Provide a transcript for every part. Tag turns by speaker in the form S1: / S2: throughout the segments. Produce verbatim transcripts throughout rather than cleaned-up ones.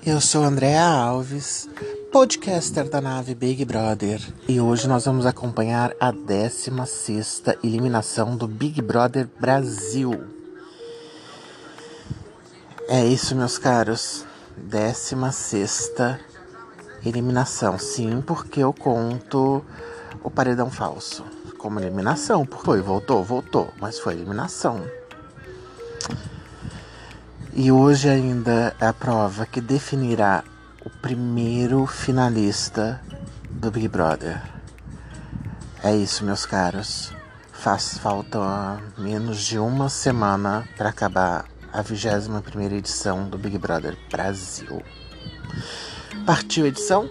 S1: Eu sou Andréa Alves, podcaster da nave Big Brother, e hoje nós vamos acompanhar a décima sexta eliminação do Big Brother Brasil. É isso, meus caros, décima sexta eliminação. Sim, porque eu conto o paredão falso como eliminação. Foi, voltou, voltou, mas foi eliminação. E hoje ainda é a prova que definirá o primeiro finalista do Big Brother. É isso, meus caros. Faz falta menos de uma semana para acabar a vigésima primeira edição do Big Brother Brasil. Partiu a edição?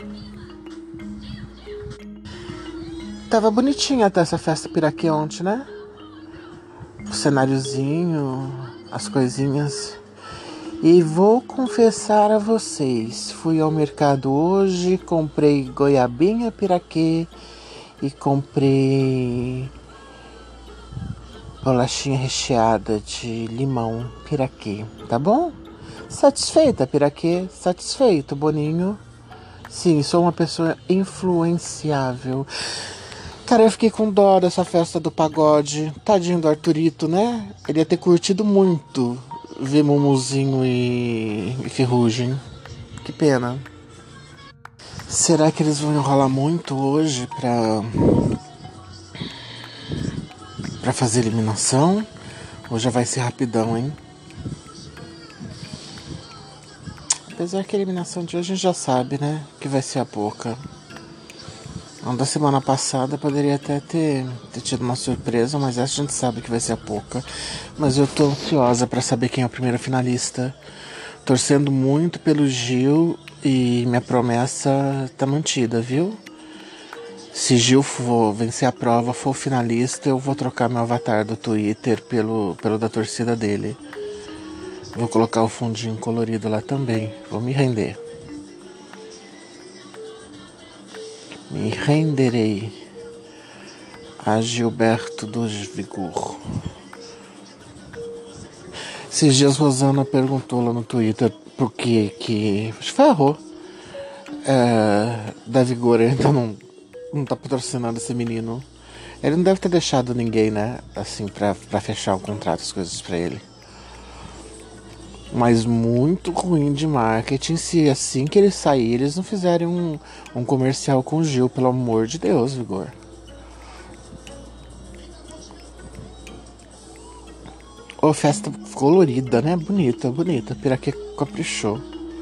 S1: Tava bonitinha até essa festa piraquê ontem, né? O cenáriozinho, as coisinhas. E vou confessar a vocês, fui ao mercado hoje, comprei goiabinha piraquê e comprei bolachinha recheada de limão piraquê, tá bom? Satisfeita, piraquê? Satisfeito, Boninho? Sim, sou uma pessoa influenciável. Cara, eu fiquei com dó dessa festa do pagode. Tadinho do Arthurito, né? Ele ia ter curtido muito ver Mumuzinho e, e Ferrugem. Que pena. Será que eles vão enrolar muito hoje pra, pra fazer eliminação? Ou já vai ser rapidão, hein? Apesar que a eliminação de hoje a gente já sabe, né? Que vai ser a pouca. A da semana passada poderia até ter, ter tido uma surpresa, mas essa a gente sabe que vai ser a pouca. Mas eu tô ansiosa pra saber quem é o primeiro finalista. Torcendo muito pelo Gil e minha promessa tá mantida, viu? Se Gil for vencer a prova, for finalista, eu vou trocar meu avatar do Twitter pelo, pelo da torcida dele. Vou colocar o fundinho colorido lá também. Vou me render. Me renderei a Gilberto dos Vigor. Esses dias Rosana perguntou lá no Twitter por que que... Ferrou. É, da Vigor ainda não, não tá patrocinando esse menino. Ele não deve ter deixado ninguém, né? Assim, pra, pra fechar o contrato, as coisas pra ele. Mas muito ruim de marketing se assim que ele sair eles não fizerem um, um comercial com o Gil, pelo amor de Deus, Vigor. Ô, festa colorida, né? Bonita, bonita. Piraquê caprichou.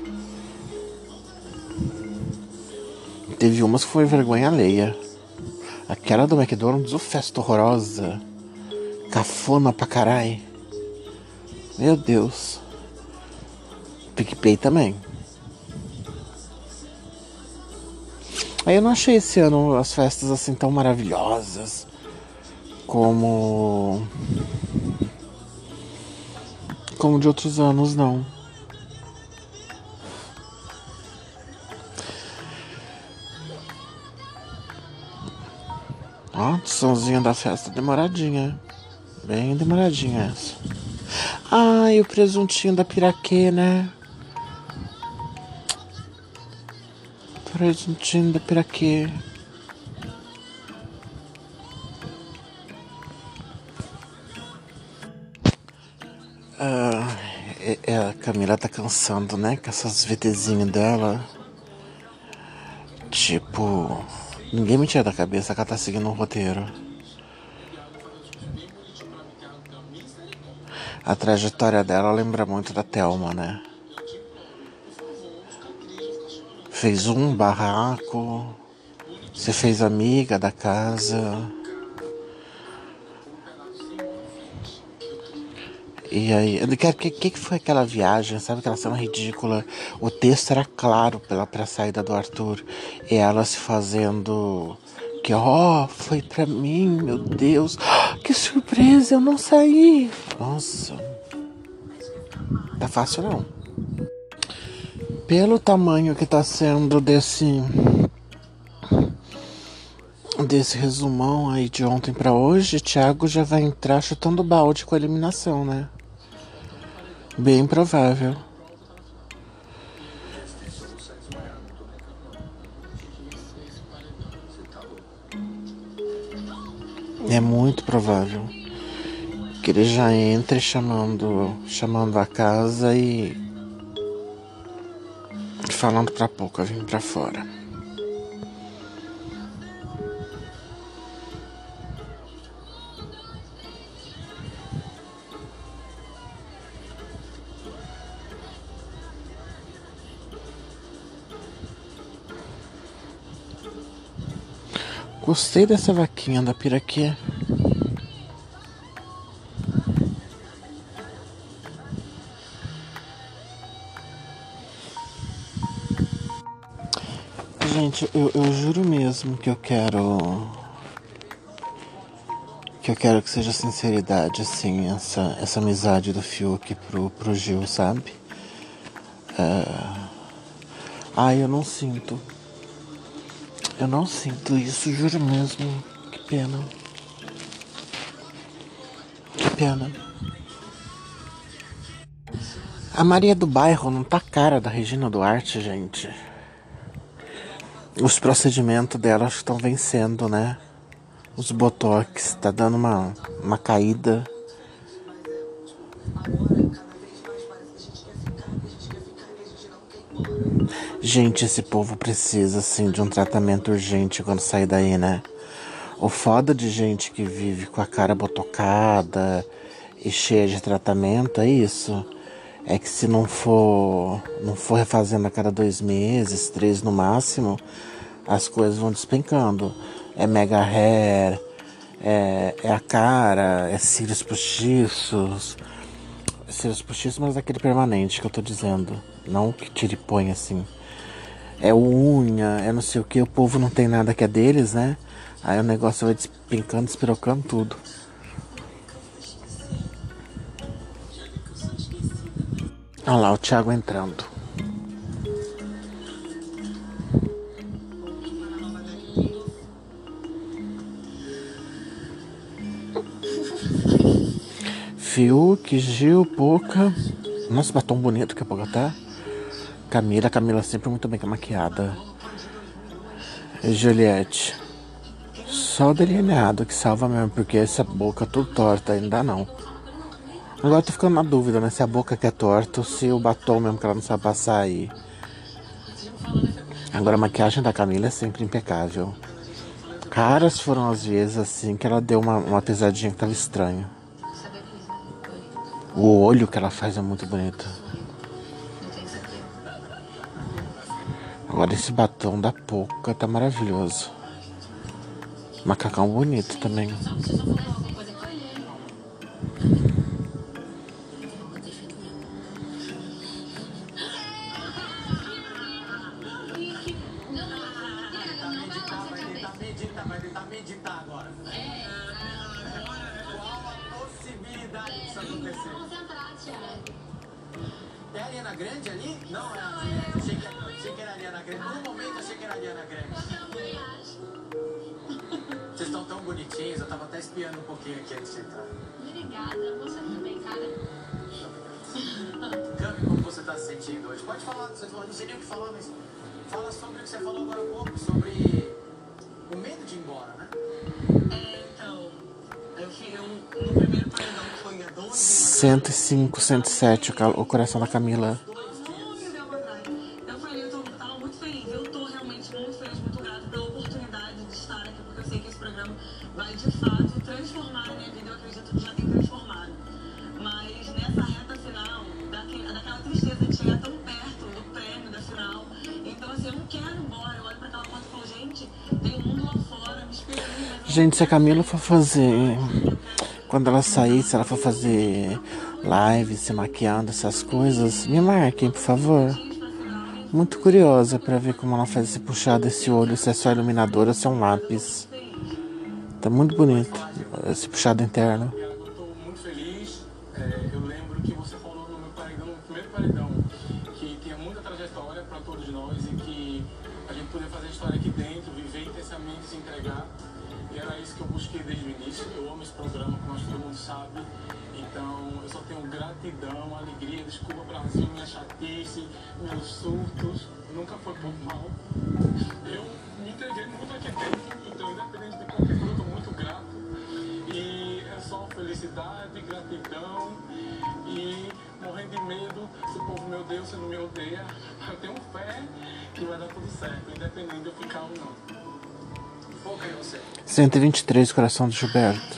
S1: Teve umas que foi vergonha alheia. Aquela do McDonald's, o festa horrorosa. Cafona pra carai. Meu Deus. PicPay também. Aí eu não achei esse ano as festas assim tão maravilhosas como como de outros anos, não. Ó, somzinho da festa demoradinha. Bem demoradinha essa. Ah, e o presuntinho da piraquê, né? Presuntinho da piraquê. Ah, é, é, a Camila tá cansando, né? Com essas VTzinhas dela. Tipo, ninguém me tira da cabeça que ela tá seguindo um roteiro. A trajetória dela lembra muito da Thelma, né? Fez um barraco, se fez amiga da casa. E aí, o que, que, que foi aquela viagem, sabe? Aquela cena ridícula. O texto era claro pela, pra saída do Arthur. E ela se fazendo... Que, ó, oh, foi pra mim, meu Deus. Oh, que surpresa, eu não saí. Nossa. Tá fácil, não. Pelo tamanho que tá sendo desse... Desse resumão aí de ontem pra hoje, Thiago já vai entrar chutando balde com a eliminação, né? Bem provável. É muito provável que ele já entre chamando, chamando a casa e falando pra Pouca vir pra fora. Gostei dessa vaquinha da Piraquê. Gente, eu, eu juro mesmo que eu quero que eu quero que seja sinceridade, assim, essa, essa amizade do Fiuk pro, pro Gil, sabe? É... Ai, eu não sinto. Eu não sinto isso, juro mesmo. Que pena. Que pena. A Maria do Bairro não tá cara da Regina Duarte, gente. Os procedimentos dela acho que estão vencendo, né? Os botox, tá dando uma, uma caída. Gente, esse povo precisa, assim, de um tratamento urgente quando sair daí, né? O foda de gente que vive com a cara botocada e cheia de tratamento é isso. É que se não for, não for refazendo a cada dois meses, três no máximo, as coisas vão despencando. É mega hair, é, é a cara, é cílios postiços. Cílios postiços, mas aquele permanente que eu tô dizendo. Não que tire e põe assim. É unha, é não sei o que, o povo não tem nada que é deles, né? Aí o negócio vai despencando, despirocando tudo. Olha lá, o Thiago entrando. Fiuk, Gil, Pouca. Nossa, batom bonito que a Pouca tá. Camila, Camila sempre muito bem maquiada. Juliette. Só o delineado que salva mesmo, porque essa boca toda torta ainda não. Agora eu tô ficando na dúvida, né? Se a boca que é torta ou se o batom mesmo que ela não sabe passar aí. Agora a maquiagem da Camila é sempre impecável. Caras foram as vezes assim que ela deu uma, uma pesadinha que tava estranha. O olho que ela faz é muito bonito. Agora esse batom da Pouca tá maravilhoso. Macacão bonito também.
S2: É a Ariana Grande ali? Não, é a Juliette. Achei que, achei que era a Ariana Grande. Por um momento achei que era a Ariana Grande. Vocês estão tão bonitinhos, eu tava até espiando um pouquinho aqui antes de entrar.
S3: Obrigada, você também, cara.
S2: Cami, como você tá se sentindo hoje? Pode falar, vocês não sei nem o que falar, mas fala sobre o que você falou agora há pouco, sobre o medo de ir embora, né?
S4: É, então, eu fiquei um, no primeiro paredão que foi há doze
S1: cento e cinco, cento e sete, o coração da Camila.
S4: Eu falei, eu tô, tava muito feliz. Eu tô realmente muito feliz, muito grata pela oportunidade de estar aqui, porque eu sei que esse programa vai de fato transformar a minha vida. Eu acredito que já tem transformado. Mas nessa reta final, daquele, daquela tristeza de chegar tão perto do prêmio da final. Então, assim, eu não quero ir embora. Eu olho pra aquela foto e falo, gente, tem um mundo lá fora me esperando.
S1: Gente, se a Camila for fazer. Quando ela sair, se ela for fazer live, se maquiando, essas coisas, me marquem, por favor. Muito curiosa pra ver como ela faz esse puxar desse olho, se é só iluminador ou se é um lápis. Tá muito bonito esse puxado interno.
S5: Eu tô muito feliz. É, eu lembro que você falou no meu paredão, no primeiro paredão, que tinha muita trajetória para todos nós e que a gente podia fazer a história aqui dentro, viver intensamente e se entregar. E era isso que eu busquei desde o início. Eu amo esse programa, como acho que todo mundo sabe. Então eu só tenho gratidão, alegria, desculpa Brasil, minha chatice, meus surtos. Nunca foi por mal. Eu me entreguei muito aqui dentro. Então, independente de qualquer coisa, eu tô muito grato. felicidade, gratidão e morrendo de medo do povo meu Deus se não me odeia. Eu tenho fé que vai dar tudo certo, independente de eu ficar ou não. Pouca é você.
S1: cento e vinte e três, coração do Gilberto.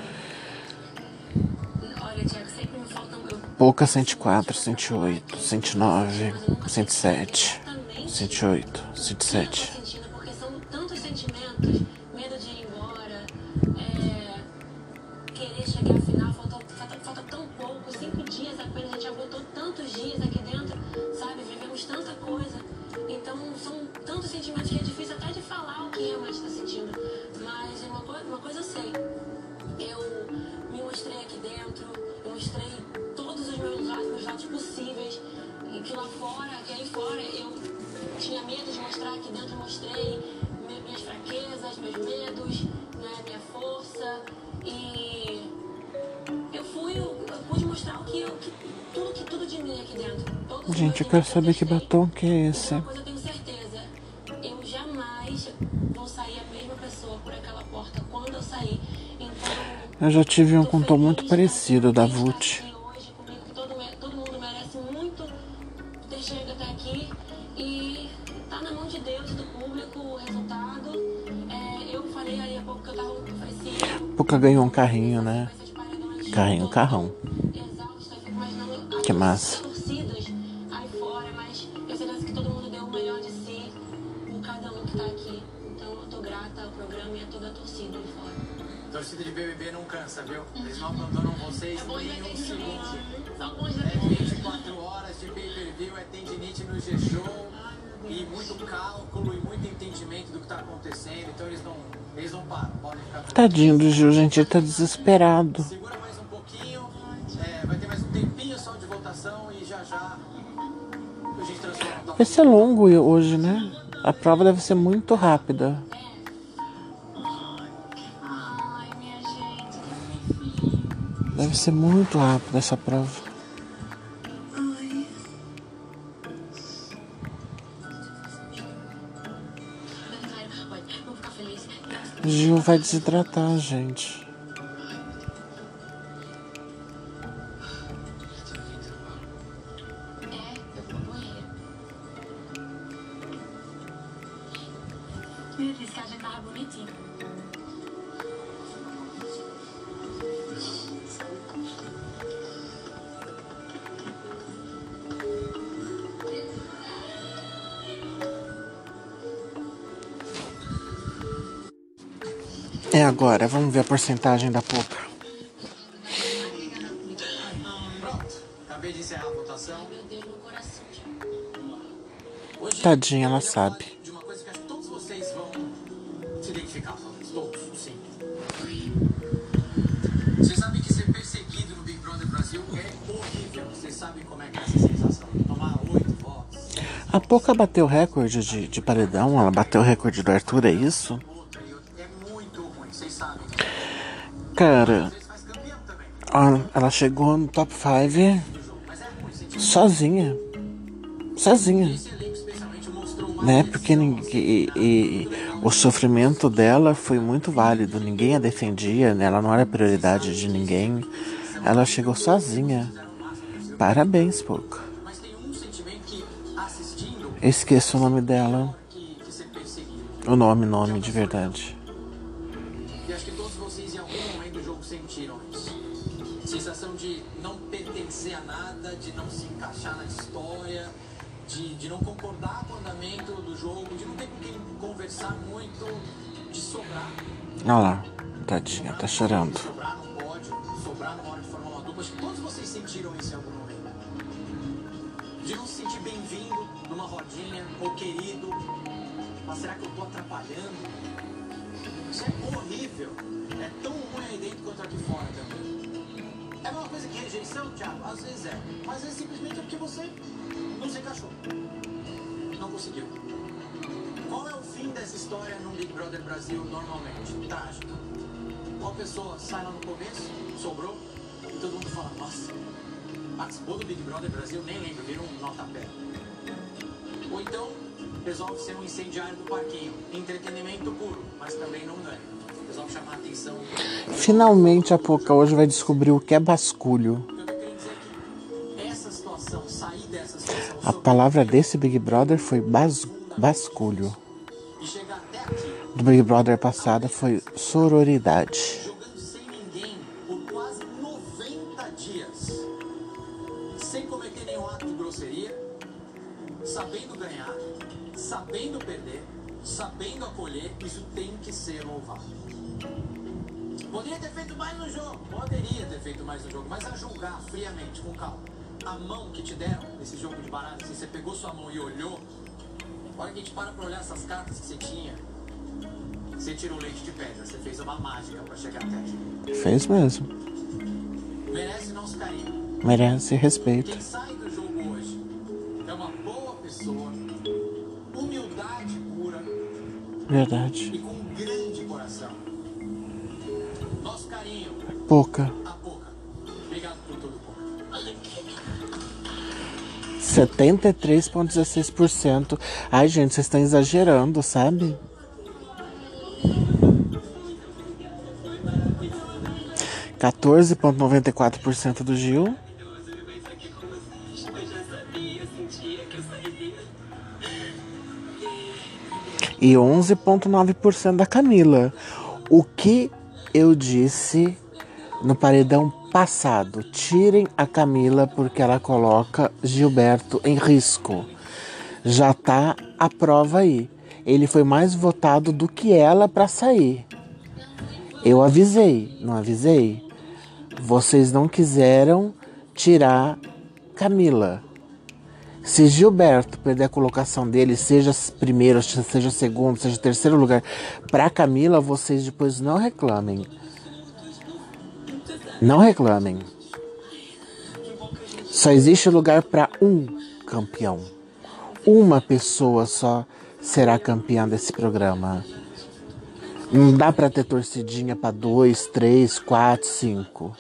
S4: Olha, Thiago, sempre me faltam...
S1: Pouca, cento e quatro, cento e oito, cento e nove, cento e sete, cento e oito, cento e sete.
S4: Sentindo, porque são tantos sentimentos, medo de ir embora, é, querer chegar ao final, falta, falta, falta tão pouco, cinco dias apenas, a gente aguentou tantos dias aqui dentro, sabe, vivemos tanta coisa, então são tantos sentimentos que é difícil até de falar o que realmente está sentindo, mas uma, co uma coisa eu sei, eu me mostrei aqui dentro, eu mostrei todos os meus lados, meus lados possíveis, e que lá fora, que aí fora eu tinha medo de mostrar, aqui dentro eu mostrei minhas fraquezas, meus medos, né, minha força, e eu fui, eu, eu pude mostrar o que, eu, que tudo, que tudo de mim aqui dentro. Todos
S1: Gente, eu quero saber que batom que é esse.
S4: Uma coisa eu tenho certeza, eu jamais vou sair a mesma pessoa por aquela porta quando eu sair. Então,
S1: eu já tive um com tom muito parecido, da Vult.
S4: Hoje comigo, que todo, todo mundo merece muito ter chegado até aqui e tá na mão de Deus e do público o resultado. É, eu falei aí há pouco que eu tava oferecendo.
S1: Pouca ganhou um carrinho, né? Carrinho, carrão.
S4: Exausta, eu fico imaginando
S1: Que massa.
S4: as torcidas aí fora, mas eu sei que todo mundo deu o melhor de si por cada um que tá aqui. Então eu tô grata ao programa e a toda a torcida aí fora.
S2: Torcida de B B B não cansa, viu? Eles não abandonam vocês
S4: É bom de
S2: nem um
S4: tendinite.
S2: segundo.
S4: Só bom de
S2: É
S4: tendinite.
S2: vinte e quatro horas de pay-per-view, é tendinite no G-Show e muito cálculo e muito entendimento do que tá acontecendo. Então eles não, eles não param, podem ficar...
S1: Tadinho do Gil, gente, ele tá desesperado.
S2: Segura mais um pouquinho, é, vai ter mais um tempinho só de votação e já já a gente transforma o top.
S1: Vai ser longo hoje, né? A prova deve ser muito rápida.
S3: Ai, minha gente, que fofinho.
S1: Deve ser muito rápida essa prova.
S4: Vamos ficar felizes.
S1: Gil vai desidratar, gente.
S3: É, eu vou pro banheiro.
S4: Ele disse que a gente tava bonitinho.
S1: É agora, vamos ver a porcentagem da Pouca.
S2: Pronto, acabei de encerrar a votação.
S4: Meu Deus, meu coração, Thiago.
S2: Hoje,
S1: Tadinha, ela
S2: eu queria falar
S1: sabe.
S2: de uma coisa que acho que todos vocês vão se identificar, todos, sim. Vocês sabem que ser perseguido no Big Brother Brasil é horrível. Vocês sabem como é que é essa sensação de tomar oito votos.
S1: A Pouca bateu o recorde de, de paredão, ela bateu o recorde do Arthur, é isso?
S2: Outra e outra. É muito ruim, vocês sabem.
S1: Cara,
S2: Às vezes faz campeão também.
S1: a- ela chegou no top cinco
S2: Mas é ruim, sentir
S1: sozinha. Sozinha.
S2: esse elenco especialmente mostrou mais
S1: Né? Porque ninguém, e, e o sofrimento dela foi muito válido. Ninguém a defendia, né? Ela não era prioridade de ninguém. Ela chegou sozinha. Parabéns, Pouca.
S2: Mas tem um sentimento que, assistindo,
S1: Eu esqueço o nome dela.
S2: que, que ser perseguido.
S1: O nome, nome de verdade.
S2: E acho que todos vocês em algum momento do jogo sentiram isso. Sensação de não pertencer a nada, de não se encaixar na história, de, de não concordar com o andamento do jogo, de não ter com quem conversar muito, de sobrar.
S1: Olha lá, tadinha, tá chorando.
S2: Sobrar no pódio, sobrar numa hora de formar uma dupla. Acho que todos vocês sentiram isso em algum momento. De não se sentir bem-vindo numa rodinha, ou querido. Mas será que eu tô atrapalhando? Isso é horrível. É tão ruim aí dentro quanto aqui fora também. É uma coisa que rejeição, Thiago? Às vezes é. Mas às vezes simplesmente é porque você não se encaixou. Não conseguiu. Qual é o fim dessa história no Big Brother Brasil normalmente? Trágico. Uma pessoa sai lá no começo, sobrou, e todo mundo fala, nossa, participou do Big Brother Brasil, nem lembro, virou um nota pé. Ou então, resolve ser um incendiário do parquinho. Entretenimento puro, mas também não ganha. Eles vão chamar a atenção.
S1: Finalmente a Poca hoje vai descobrir o que é basculho.
S2: Eu tô querendo dizer que essa situação, sair dessa situação
S1: A palavra desse Big Brother foi bas basculho.
S2: e chegar até aqui,
S1: Do Big Brother passada foi sororidade.
S2: jogando sem ninguém por quase noventa dias, sem cometer nenhum ato de grosseria, sabendo ganhar, sabendo perder, sabendo acolher, isso tem que ser louvado. Poderia ter feito mais no jogo, poderia ter feito mais no jogo, mas a julgar friamente, com calma, a mão que te deram nesse jogo de baralho, assim, você pegou sua mão e olhou, a hora que a gente para pra olhar essas cartas que você tinha, você tirou leite de pedra, você fez uma mágica pra chegar até aqui.
S1: Fez mesmo.
S2: Merece nosso carinho.
S1: Merece respeito.
S2: Quem sai do jogo hoje é uma boa pessoa, humildade pura
S1: Verdade.
S2: e com um grande coração. Nosso carinho,
S1: Poca.
S2: a Poca. Obrigado por tudo, Poca.
S1: setenta e três vírgula dezesseis por cento. Ai, gente, vocês estão exagerando, sabe? quatorze vírgula noventa e quatro por cento do Gil. E onze vírgula nove por cento da Camila. O que eu disse no paredão passado? Tirem a Camila porque ela coloca Gilberto em risco. Já tá a prova aí. Ele foi mais votado do que ela para sair. Eu avisei, não avisei? Vocês não quiseram tirar Camila. Se Gilberto perder a colocação dele, seja primeiro, seja segundo, seja terceiro lugar, para Camila, vocês depois não reclamem. Não reclamem. Só existe lugar para um campeão. Uma pessoa só será campeã desse programa. Não dá para ter torcidinha para dois, três, quatro, cinco.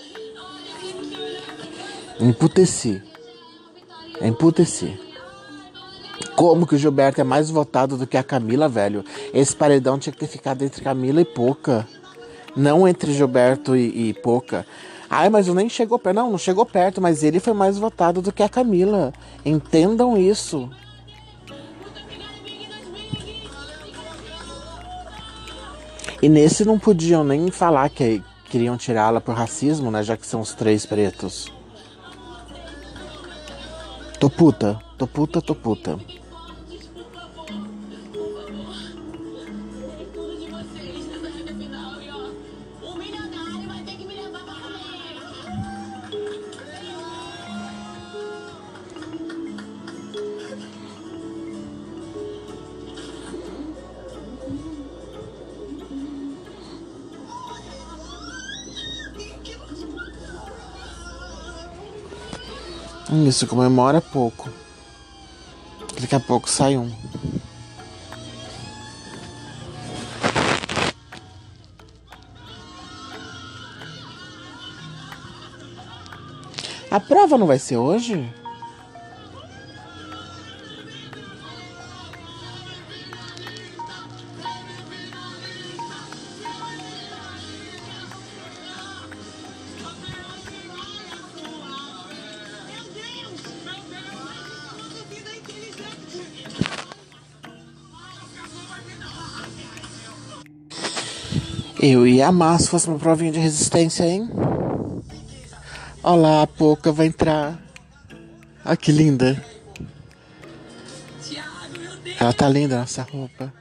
S1: Emputeci. Emputeci. Como que o Gilberto é mais votado do que a Camila, velho? Esse paredão tinha que ter ficado entre Camila e Poca. Não entre Gilberto e, e Poca. Ai, mas eu nem chegou perto. Não, não chegou perto, mas ele foi mais votado do que a Camila. Entendam isso. E nesse não podiam nem falar que queriam tirá-la por racismo, né? Já que são os três pretos. Tô puta, tô puta, tô puta. Isso comemora pouco. Daqui a pouco sai um. A prova não vai ser hoje? Eu ia amar se fosse uma provinha de resistência, hein? Olá, a Poca vai entrar. Ah, que linda. Ela tá linda nessa roupa.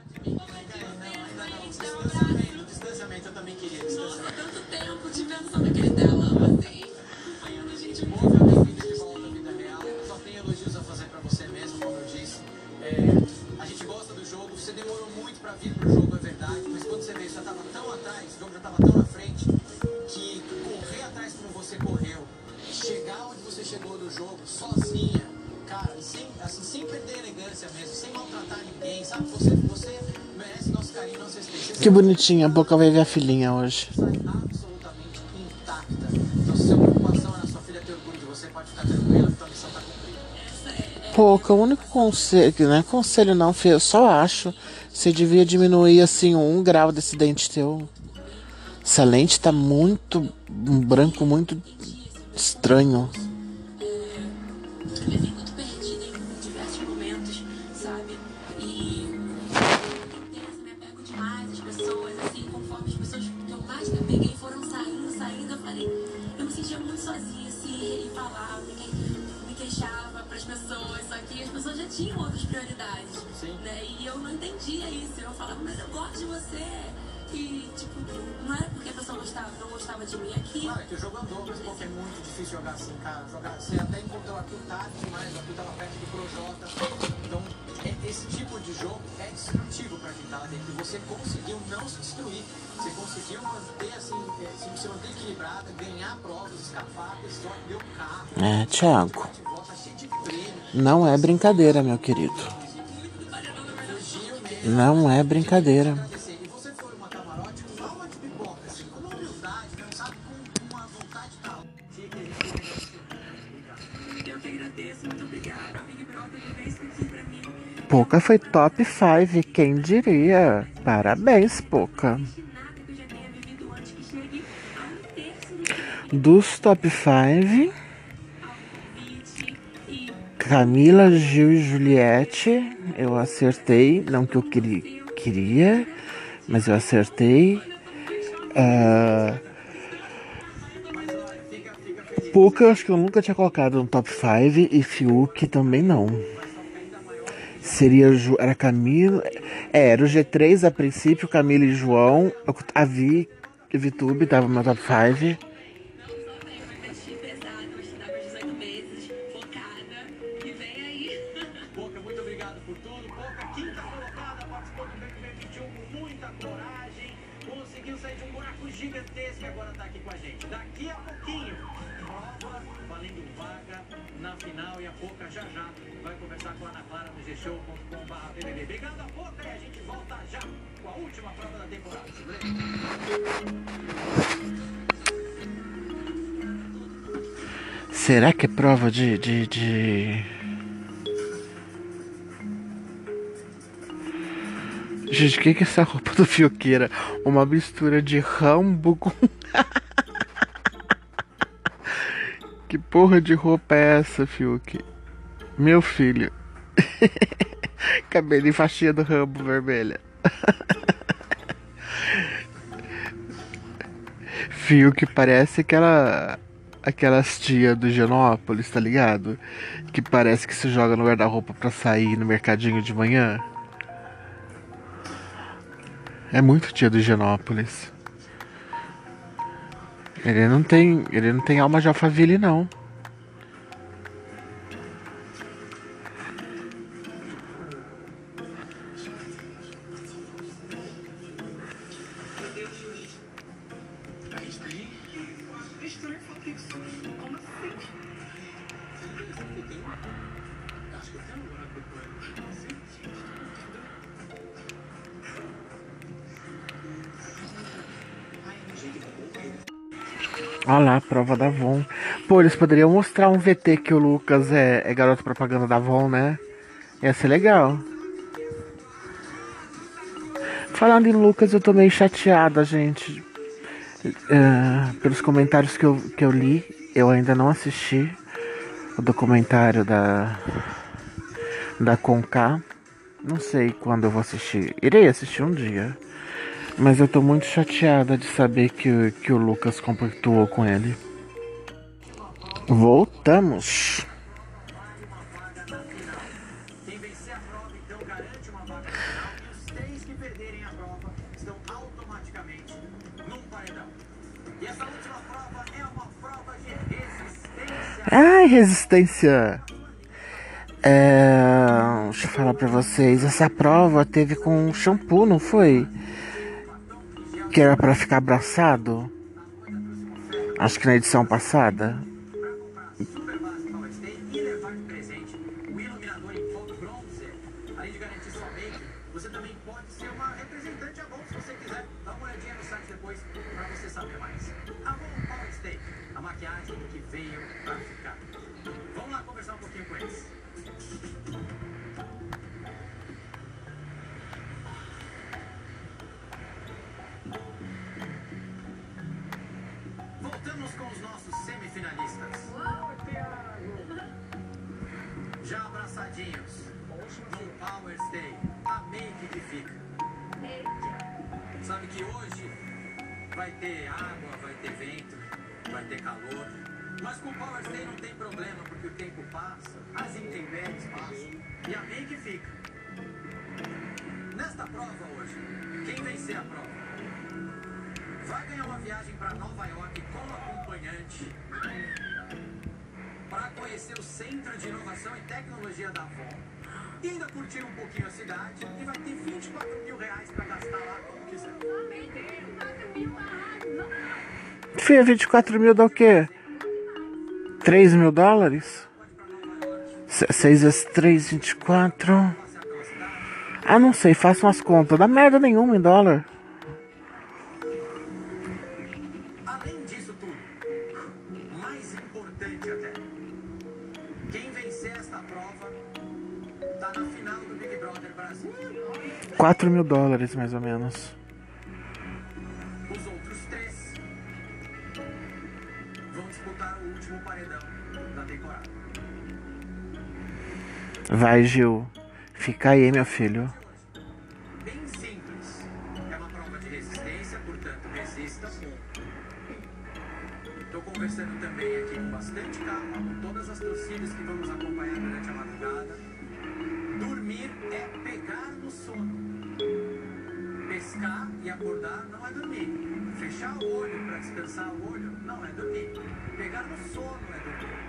S2: Distanciamento, eu também queria distanciamento.
S3: Tanto tempo te pensando naquele telão, assim.
S2: Acompanhando a gente boa, já bem-vinda de volta à vida real. Só tenho elogios a fazer pra você mesmo, como eu disse. É, a gente gosta do jogo, você demorou muito pra vir pro jogo, é verdade. Mas quando você veio, você já tava tão atrás, o jogo já tava tão na frente, que correr atrás como você correu, chegar onde você chegou do jogo, sozinha, cara, e sem, assim, sem perder a elegância mesmo, sem maltratar ninguém, sabe? Você, você merece nosso carinho, nossa respeito.
S1: Que bonitinha, a Poca vai ver a filhinha hoje.
S2: Sai absolutamente intacta. Então, se a sua preocupação é na sua filha ter orgulho de você, pode ficar tranquila, que a missão tá cumprida.
S1: Poca, o único conselho, né? Conselho não, filho, eu só acho. Você devia diminuir assim um grau desse dente teu. Essa lente tá muito... um branco muito estranho.
S3: Eu me muito perdida em diversos momentos, sabe? E intensa, me apego demais às pessoas, assim, conforme as pessoas que eu mais me apeguei foram saindo, saindo, eu falei, eu me sentia muito sozinha, assim, e falava, me, que, me queixava pras pessoas, só que as pessoas já tinham outras prioridades,
S2: Sim.
S3: né? E eu não entendia isso, eu falava, mas eu gosto de você. E, tipo, não era porque a pessoa gostava, não gostava de mim aqui.
S2: Claro, é que o jogo andou, mas porque é muito difícil jogar assim, cara. Jogar, você até encontrou aqui o tarde demais, aqui tava perto do Projota. Então, é, esse tipo de jogo é destrutivo pra quem tá lá dentro. E você conseguiu não se destruir. Você conseguiu manter, assim, é, se você manter equilibrada, ganhar provas, escapar, pessoal, deu carro.
S1: É, Thiago,
S2: Volta cheio de prêmio.
S1: não é brincadeira, meu querido. Não é brincadeira.
S2: E você foi uma camarote com alma de pipoca, assim, com uma humildade, não sabe, com uma vontade tal.
S3: Eu que agradeço, muito obrigada. Big Brother de vez aqui pra mim.
S1: Poca foi top cinco, quem diria? Parabéns, Poca.
S3: Nada que eu já tenha vivido antes que chegue a um terço do que
S1: Dos top cinco,
S3: convite e
S1: Camila, Gil e Juliette, eu acertei. Não que eu queria, queria mas eu acertei. Ah, Poca, eu acho que eu nunca tinha colocado no top cinco. E Fiuk também não. Seria, Ju- era Camila. É, era o G três a princípio, Camila e João. A Vi, VTube tava no meu top cinco.
S3: não só tenho uma investir pesado, eu estudava dezoito meses, focada, e vem aí.
S2: Poca, muito obrigado por tudo. Poca, quinta colocada, participou do B B B vinte e um com muita coragem. Conseguiu sair de um buraco gigantesco e agora tá aqui com a gente. Daqui a pouquinho, prova valendo vaga na final e a Poca já já vai conversar com a Ana Clara no g show ponto com barra B B B. Obrigado a Poca e a gente volta já com a última prova da temporada.
S1: Será que é prova de, de, de... Gente, o que que é essa roupa do Fioqueira? Uma mistura de Rambo com... Que porra de roupa é essa, Fiuk? Meu filho. Cabelo em faixinha do Rambo vermelha. Fiuk parece aquela... Aquelas tia do Genópolis, tá ligado? Que parece que se joga no guarda-roupa pra sair no mercadinho de manhã. É muito tia do Genópolis. Ele não tem, ele não tem alma de Alphaville, não. Olha lá, a prova da Avon. Pô, eles poderiam mostrar um V T que o Lucas é, é garoto propaganda da Avon, né? Ia ser legal. Falando em Lucas, eu tô meio chateada, gente. Uh, pelos comentários que eu, que eu li, eu ainda não assisti o documentário da, da Conká. Não sei quando eu vou assistir. Irei assistir um dia. Mas eu tô muito chateada de saber que, que o Lucas compactuou com ele. Voltamos.
S2: Quem vencer a prova, então, garante uma vaga final. E os três que perderem a prova estão automaticamente num paredão. E essa última prova é uma prova de resistência.
S1: Ai, resistência. É, deixa eu falar pra vocês. Essa prova teve com shampoo, não foi? Que era pra ficar abraçado. Acho que na edição passada.
S2: Super básico Power Stay e levar de presente o iluminador em fogo bronzer. Além de garantir sua make, você também pode ser uma representante Avon se você quiser. Dá uma olhadinha no site depois pra você saber mais. Avon Power Stay, a maquiagem que veio pra ficar. Vamos lá conversar um pouquinho com eles. que hoje vai ter água, vai ter vento, vai ter calor. Mas com o Power Stay não tem problema, porque o tempo passa, as intempéries passam e a make fica. Nesta prova hoje, quem vencer a prova vai ganhar uma viagem para Nova York com acompanhante para conhecer o Centro de Inovação e Tecnologia da Avon e ainda curtir um pouquinho a cidade e vai ter vinte e quatro mil reais para gastar lá como quiser.
S1: Fia, vinte e quatro mil dá o quê? três mil dólares? seis vezes três, vinte e quatro. Ah, não sei, façam as contas. Dá merda nenhuma em dólar.
S2: Além disso tudo, mais importante até, quem vencer esta prova tá na final do Big Brother Brasil.
S1: quatro mil dólares, mais ou menos.
S2: Os outros três vão disputar o último paredão da temporada.
S1: Vai, Gil. Fica aí, meu filho.
S2: Bem simples. É uma prova de resistência, portanto, resista. Estou conversando também aqui com bastante calma com todas as torcidas que vamos acompanhar durante a madrugada. Dormir é pegar no sono. Pescar e acordar não é dormir. Fechar o olho para descansar o olho não é dormir. Pegar no sono é dormir.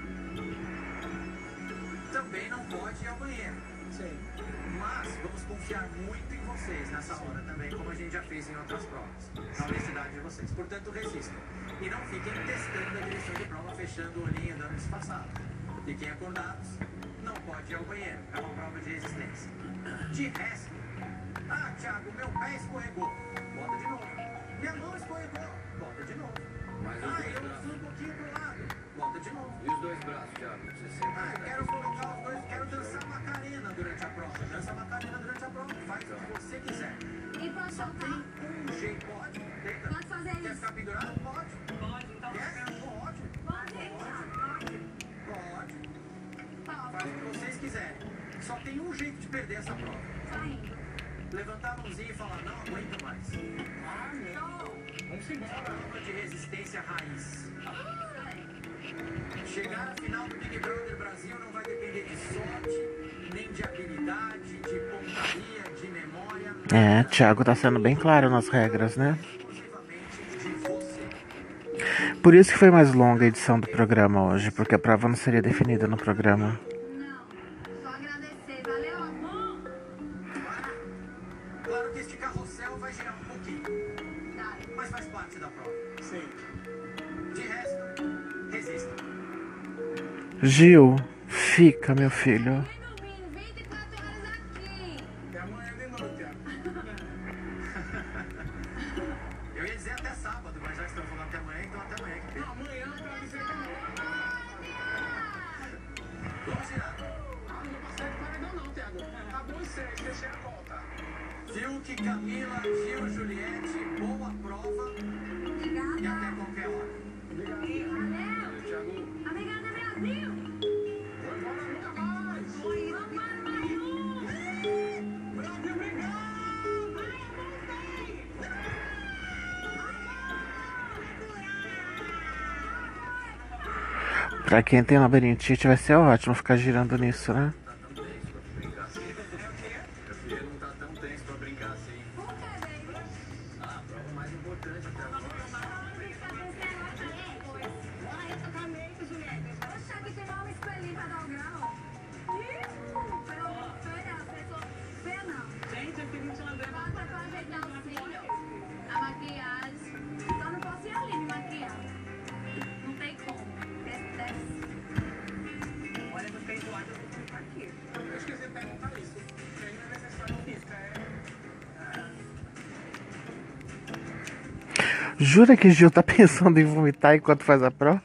S2: Também não pode ir ao banheiro. Sim. Mas vamos confiar muito em vocês nessa hora também, como a gente já fez em outras provas. Na honestidade de vocês. Portanto, resistam. E não fiquem testando a direção de prova, fechando o olhinho e dando disfarçado. Fiquem acordados. Não pode ir ao banheiro. É uma prova de resistência. De resto, ah, Thiago, meu pé escorregou. Bota de novo. Minha mão escorregou. Bota de novo.
S6: Mas os
S2: Ah,
S6: dois
S2: eu
S6: braços.
S2: fui um pouquinho pro lado. Bota de novo.
S6: E os dois braços, Thiago? Você sempre
S2: Ah, eu quero colocar os dois, quero dançar Macarena durante a prova. Dança Macarena durante a prova. Faz o que você quiser.
S3: E pode
S2: Só tem
S3: soltar?
S2: um jeito. Pode? Tenta.
S3: Pode fazer
S2: Quer
S3: isso.
S2: ficar pendurado? Pode.
S4: Pode, então.
S2: Quer? Pode.
S3: Pode.
S2: Pode.
S3: Pode.
S2: Faz o que vocês quiserem. Só tem um jeito de perder essa prova.
S3: Saindo.
S2: Levantar a mãozinha e falar, não aguento mais.
S5: Ah, não. Vamos embora.
S2: Prova de resistência raiz. Chegar à final do Big Brother Brasil não vai depender de sorte, nem de habilidade, de pontaria, de memória.
S1: É, Thiago tá sendo bem claro nas regras, né?
S2: Exclusivamente de você.
S1: Por isso que foi mais longa a edição do programa hoje, porque a prova não seria definida no programa.
S3: Não. Só agradecer. Valeu, amor.
S2: Claro que este carrossel vai girar um pouquinho,
S3: Tá.
S2: mas faz parte da prova.
S5: Sim.
S2: De resto, resista.
S1: Gil, fica, meu filho.
S3: Vem dormindo vinte e quatro horas aqui.
S5: Até amanhã de noite, Thiago.
S2: Eu ia dizer até sábado, mas já que estamos falando até amanhã, então até amanhã que tem.
S5: Não, amanhã pra dizer que não.
S2: Vamos girar.
S5: Ah, não passei de paredão não, Thiago. Acabou os seis, fechei a conta.
S2: Fiuk, Camila, Gil, Juliette, boa prova e até
S3: Obrigada.
S2: qualquer hora.
S5: Obrigado.
S3: Valeu.
S6: Thiago,
S3: Obrigada, Brasil.
S5: Vai embora nunca mais.
S3: Vamos para Maiú.
S5: Brasil, obrigado.
S1: Pra quem tem labirintite vai ser ótimo ficar girando nisso, né?
S6: ele não tá tão tenso pra brincar assim.
S3: Por que, baby?
S6: Ah, a prova mais importante até agora.
S3: Vamos brincar desse negócio aí depois. Bora aí tocar meio, Juliette. Oxe, aqui tem mal um espelhinho pra dar o grau. Ih, pelo feia, pessoa feia não.
S4: Gente, eu queria te mandar.
S3: Bota pra ajeitar o cílio, a maquiagem. Só não posso ir ali me maquiar. Não tem como. Desce, desce.
S4: Olha, eu fiquei enjoada, eu vou ficar aqui.
S5: Eu esqueci de perguntar isso. Treino é necessário física, é...
S1: Jura que Gil tá pensando em vomitar enquanto faz a prova?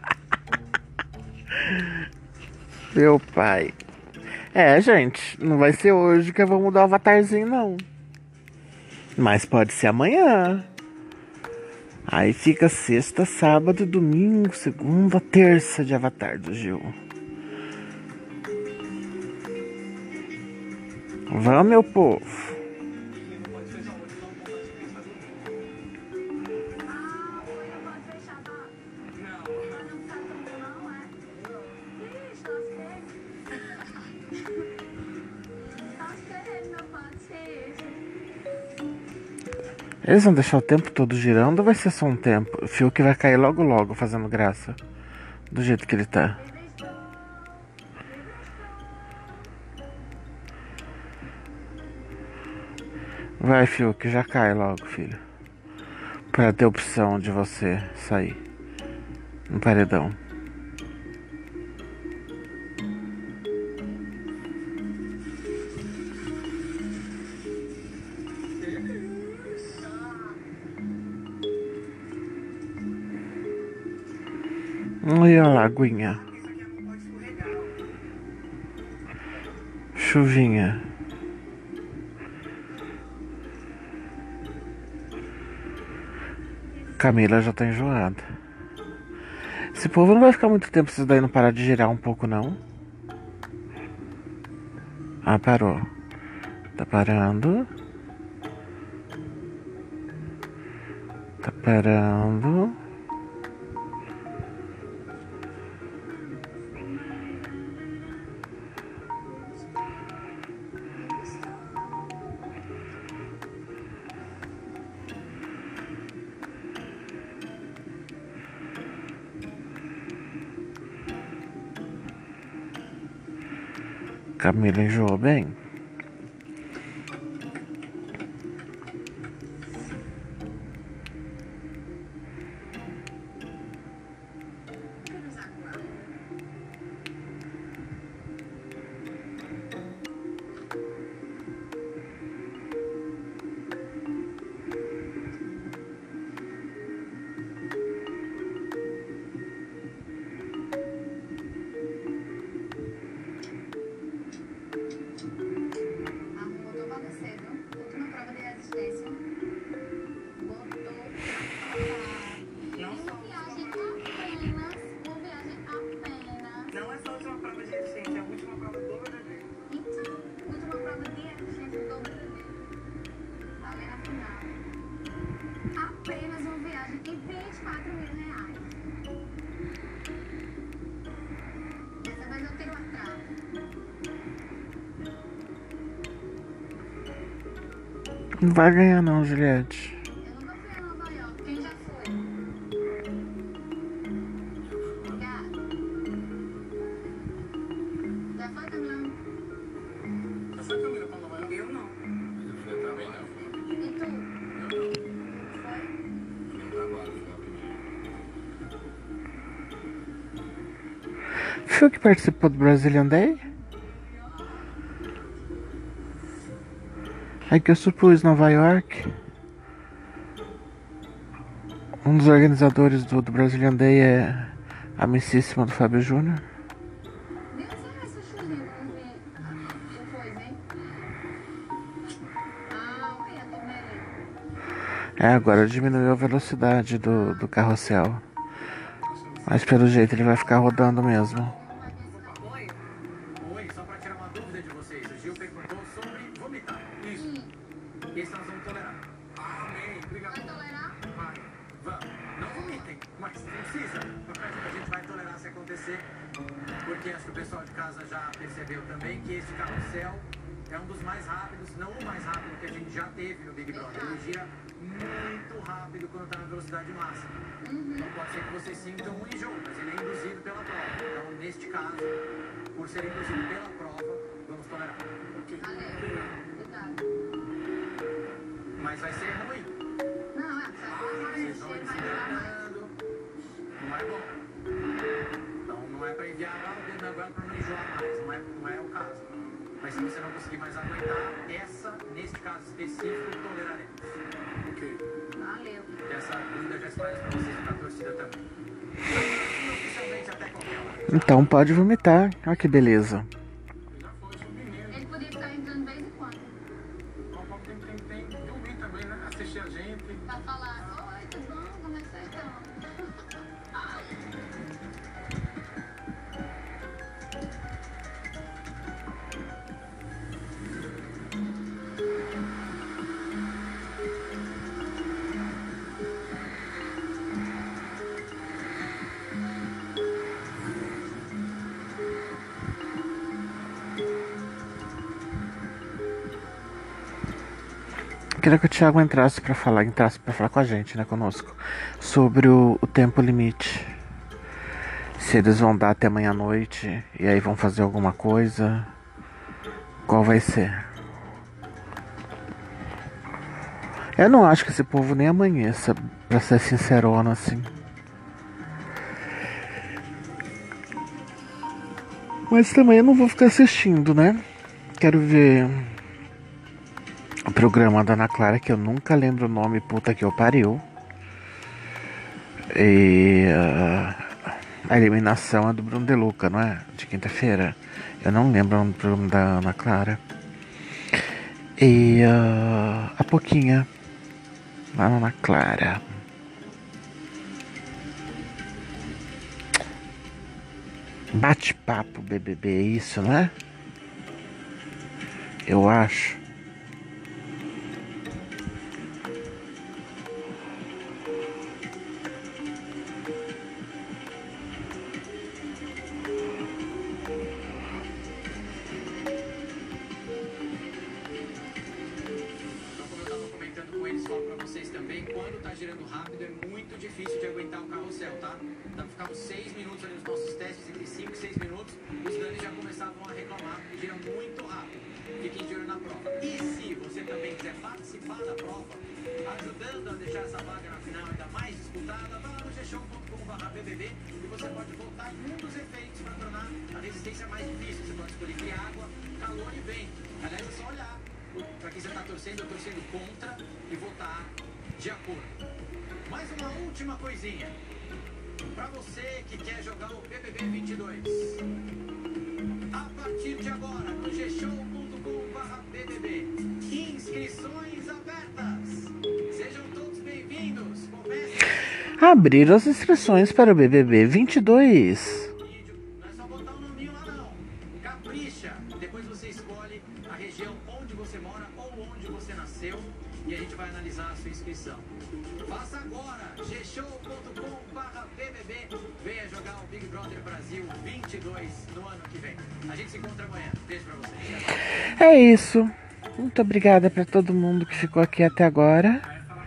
S1: Meu pai. É, gente, não vai ser hoje que eu vou mudar o avatarzinho, não. Mas pode ser amanhã. Aí fica sexta, sábado, domingo, segunda, terça de avatar do Gil. Vamos, meu povo.
S5: Pode fechar o olho e não contar de quem faz o
S1: Eles vão deixar o tempo todo girando ou vai ser só um tempo? O fio que vai cair logo logo fazendo graça. Do jeito que ele tá. Vai, fio, que já cai logo, filho. Pra ter opção de você sair no paredão. Olha lá, aguinha. Chuvinha. Camila já tá enjoada. Esse povo não vai ficar muito tempo se daí não parar de girar um pouco, não. Ah, parou. Tá parando. Tá parando. Camila enjoou bem.
S7: Apenas uma viagem de vinte e quatro mil reais. Dessa vez eu tiro atraso.
S1: Não vai ganhar não, Juliette.
S7: Eu nunca fui a Nova York. Quem já foi? Obrigada. Já foi, Camila?
S5: Já foi, Camila, pra Nova York?
S4: Eu não.
S5: Eu também não.
S7: E tu? Foi?
S5: Não trabalho, não.
S1: Foi o que participou do Brazilian Day? É que eu supus Nova York. Um dos organizadores do, do Brazilian Day é a amicíssima do Fábio Júnior.
S7: Deus, olha essa chuvinha que eu vi. Depois, hein? Ah, olha a torneira.
S1: É, agora diminuiu a velocidade do, do carrossel. Mas pelo jeito ele vai ficar rodando mesmo.
S2: Oi, oi, só pra tirar uma dúvida de vocês. O Gil perguntou sobre vomitar. Isso. Esse nós vamos tolerar.
S5: Amém. Obrigado.
S7: Vai tolerar?
S2: Vai, vamos. Não vomitem, mas não precisa. A gente vai tolerar se acontecer. Porque acho que o pessoal de casa já percebeu também que esse carrossel é um dos mais rápidos, não o mais rápido que a gente já teve no Big Brother. Ele gira muito rápido quando está na velocidade máxima. Então pode ser que vocês sintam um enjoo, mas ele é induzido pela prova. Então, neste caso, por ser induzido pela prova, vamos tolerar.
S7: Valeu. Obrigada.
S2: Mas vai ser ruim.
S7: Não, é, só vai
S2: Vocês vão
S7: encher,
S2: se
S7: vai durar mais.
S2: hidratando. Não é bom. Então não é para enviar lá o dedo na goela para não enjoar mais. Não é, não é o caso. Mas se você não conseguir mais aguentar, essa, neste caso específico, toleraremos.
S5: Ok.
S7: Valeu.
S2: Essa dúvida já esclarece para vocês e para a torcida também. Oficialmente até qualquer hora.
S1: Então pode vomitar. Olha que beleza.
S5: Já foi, sou menino.
S7: Ele podia ficar entrando de vez em quando.
S5: Qual tem, tem, tem, dormir também, né? Assistir a gente.
S7: Pra falar, oi, tudo bom? Como é que vocês estão?
S1: Queria que o Thiago entrasse pra falar, entrasse para falar com a gente, né, conosco, sobre o, o tempo limite. Se eles vão dar até meia-noite e aí vão fazer alguma coisa, qual vai ser? Eu não acho que esse povo nem amanheça, pra ser sincerona assim. Mas também eu não vou ficar assistindo, né? Quero ver o programa da Ana Clara, que eu nunca lembro o nome, puta que eu pariu. E uh, a eliminação é do Bruno De Luca, não é? De quinta-feira. Eu não lembro o programa da Ana Clara. E uh, a Poquinha, lá na Ana Clara. Bate-papo B B B, é isso, né? Eu acho.
S2: Girando rápido, é muito difícil de aguentar o carrossel, tá? Dá pra ficar uns seis minutos ali nos nossos testes, entre cinco e seis minutos, os danos já começavam a reclamar, porque gira muito rápido. Fiquem de olho na prova. E se você também quiser participar da prova, ajudando a deixar essa vaga na final ainda mais disputada, vá lá no g show ponto com barra b b b e você pode votar em um dos efeitos para tornar a resistência mais difícil. Você pode escolher entre água, calor e vento. Aliás, é só olhar para quem você está torcendo ou torcendo contra e votar de acordo. Mais uma última coisinha. Para você que quer jogar o B B B vinte e dois. A partir de agora, no g show ponto com barra b b b. Inscrições abertas. Sejam todos bem-vindos. Comece.
S1: Abriram as inscrições para o B B B vinte e dois.
S2: Não é só botar o nominho lá não. Capricha. Depois você escolhe a região onde você mora ou onde você nasceu. E a gente vai analisar a sua inscrição. Faça agora, g show ponto com barra b b b. Venha jogar o Big Brother Brasil vinte e dois no ano que vem. A gente se encontra amanhã. Beijo pra vocês.
S1: É isso. Muito obrigada para todo mundo que ficou aqui até agora.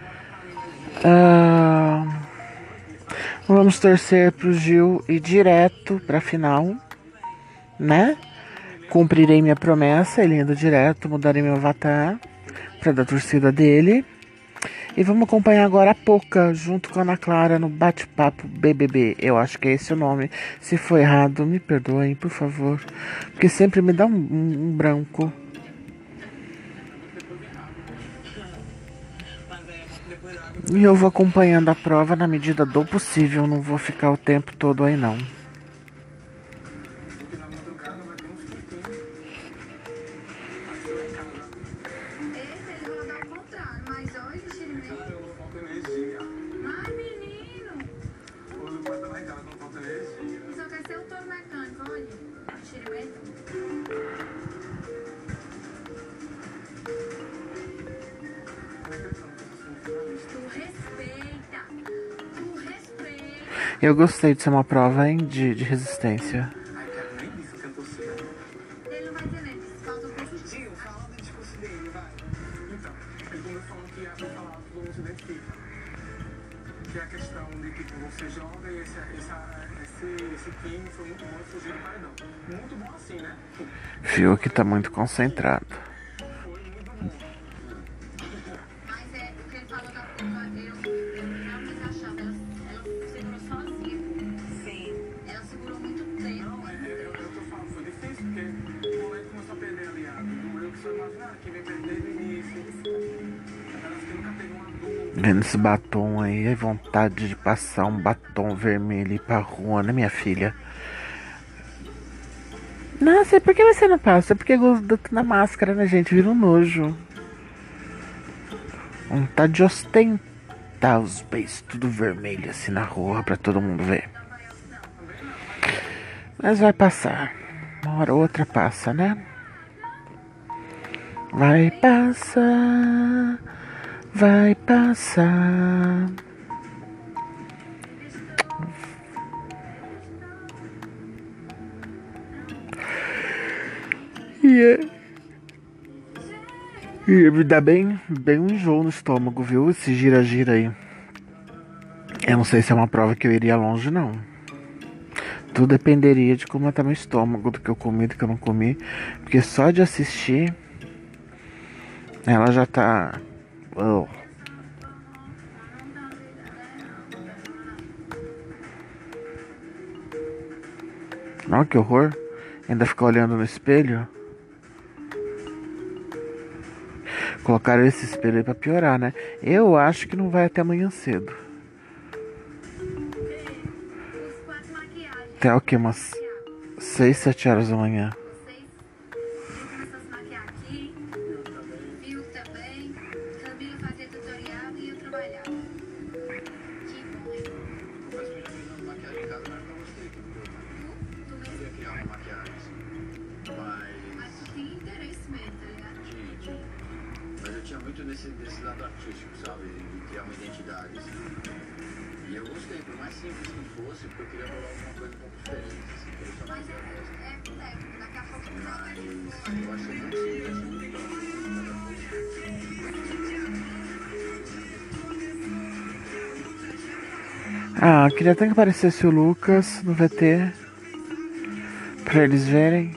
S1: Ah, vamos torcer pro Gil ir direto pra final, né? Cumprirei minha promessa, ele indo direto, mudarei meu avatar pra da torcida dele. E vamos acompanhar agora a Poca junto com a Ana Clara no Bate-Papo B B B. Eu acho que é esse o nome. Se for errado, me perdoem, por favor. Porque sempre me dá um, um, um branco. E eu vou acompanhando a prova na medida do possível. Não vou ficar o tempo todo aí, não. Eu gostei de ser uma prova, hein, de, de resistência.
S4: Ele não vai ter nem falta um positivo. Fala do discurso dele, vai.
S5: Então, ele começou falando que a palavra todo mundo se identifica. Que é a questão de que tipo, você joga e esse, essa, esse, esse time foi muito bom e fugiu do paredão. Muito bom assim, né?
S1: Fiuk tá muito concentrado.
S5: Foi muito bom.
S4: Mas é, o que ele falou da prova, eu, eu realmente achava, ela, ela segurou sozinha. Sim. Ela segurou muito tempo.
S5: Não, é, é, eu, eu tô falando, foi difícil, porque o momento começou a perder aliado. Eu que só imaginar que vem perder no início. Elas que nunca teve uma dúvida.
S1: Vendo esse batom aí, é vontade de passar um batom vermelho e ir pra rua, né, minha filha? Nossa, por que você não passa? Porque gosto na máscara, né, gente? Vira um nojo. Vontade de ostentar os beijos tudo vermelho assim na rua pra todo mundo ver. Mas vai passar. Uma hora ou outra passa, né? Vai passar. Vai passar. Yeah. E me dá bem, bem um enjoo no estômago, viu? Esse gira-gira aí. Eu não sei se é uma prova que eu iria longe, não. Tudo dependeria de como tá meu estômago, do que eu comi, do que eu não comi. Porque só de assistir, ela já tá... Oh. Olha que horror. Ainda ficar olhando no espelho. Colocaram esse espelho aí pra piorar, né? Eu acho que não vai até amanhã cedo. Até o que? Umas seis, sete horas da manhã.
S6: Mas eu tinha muito nesse, desse lado artístico, sabe? De criar uma identidade. Assim. E eu gostei, por mais simples que fosse, porque eu queria rolar alguma coisa um pouco diferente. Assim, que eu
S7: Mas é, é técnico, daqui a pouco não vai.
S6: Mas eu achei muito simples, achei muito bom.
S1: Ah, queria até que aparecesse o Lucas no V T. Pra eles verem.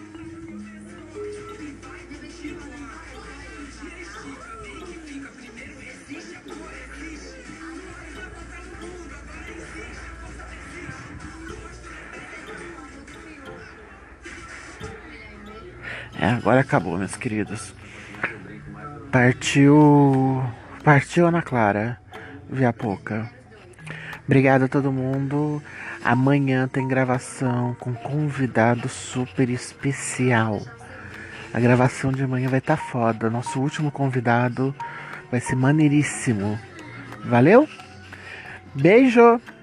S1: É, agora acabou, meus queridos. Partiu. Partiu Ana Clara. Via pouca. Obrigado a todo mundo. Amanhã tem gravação com convidado super especial. A gravação de amanhã vai estar tá foda. Nosso último convidado vai ser maneiríssimo. Valeu? Beijo!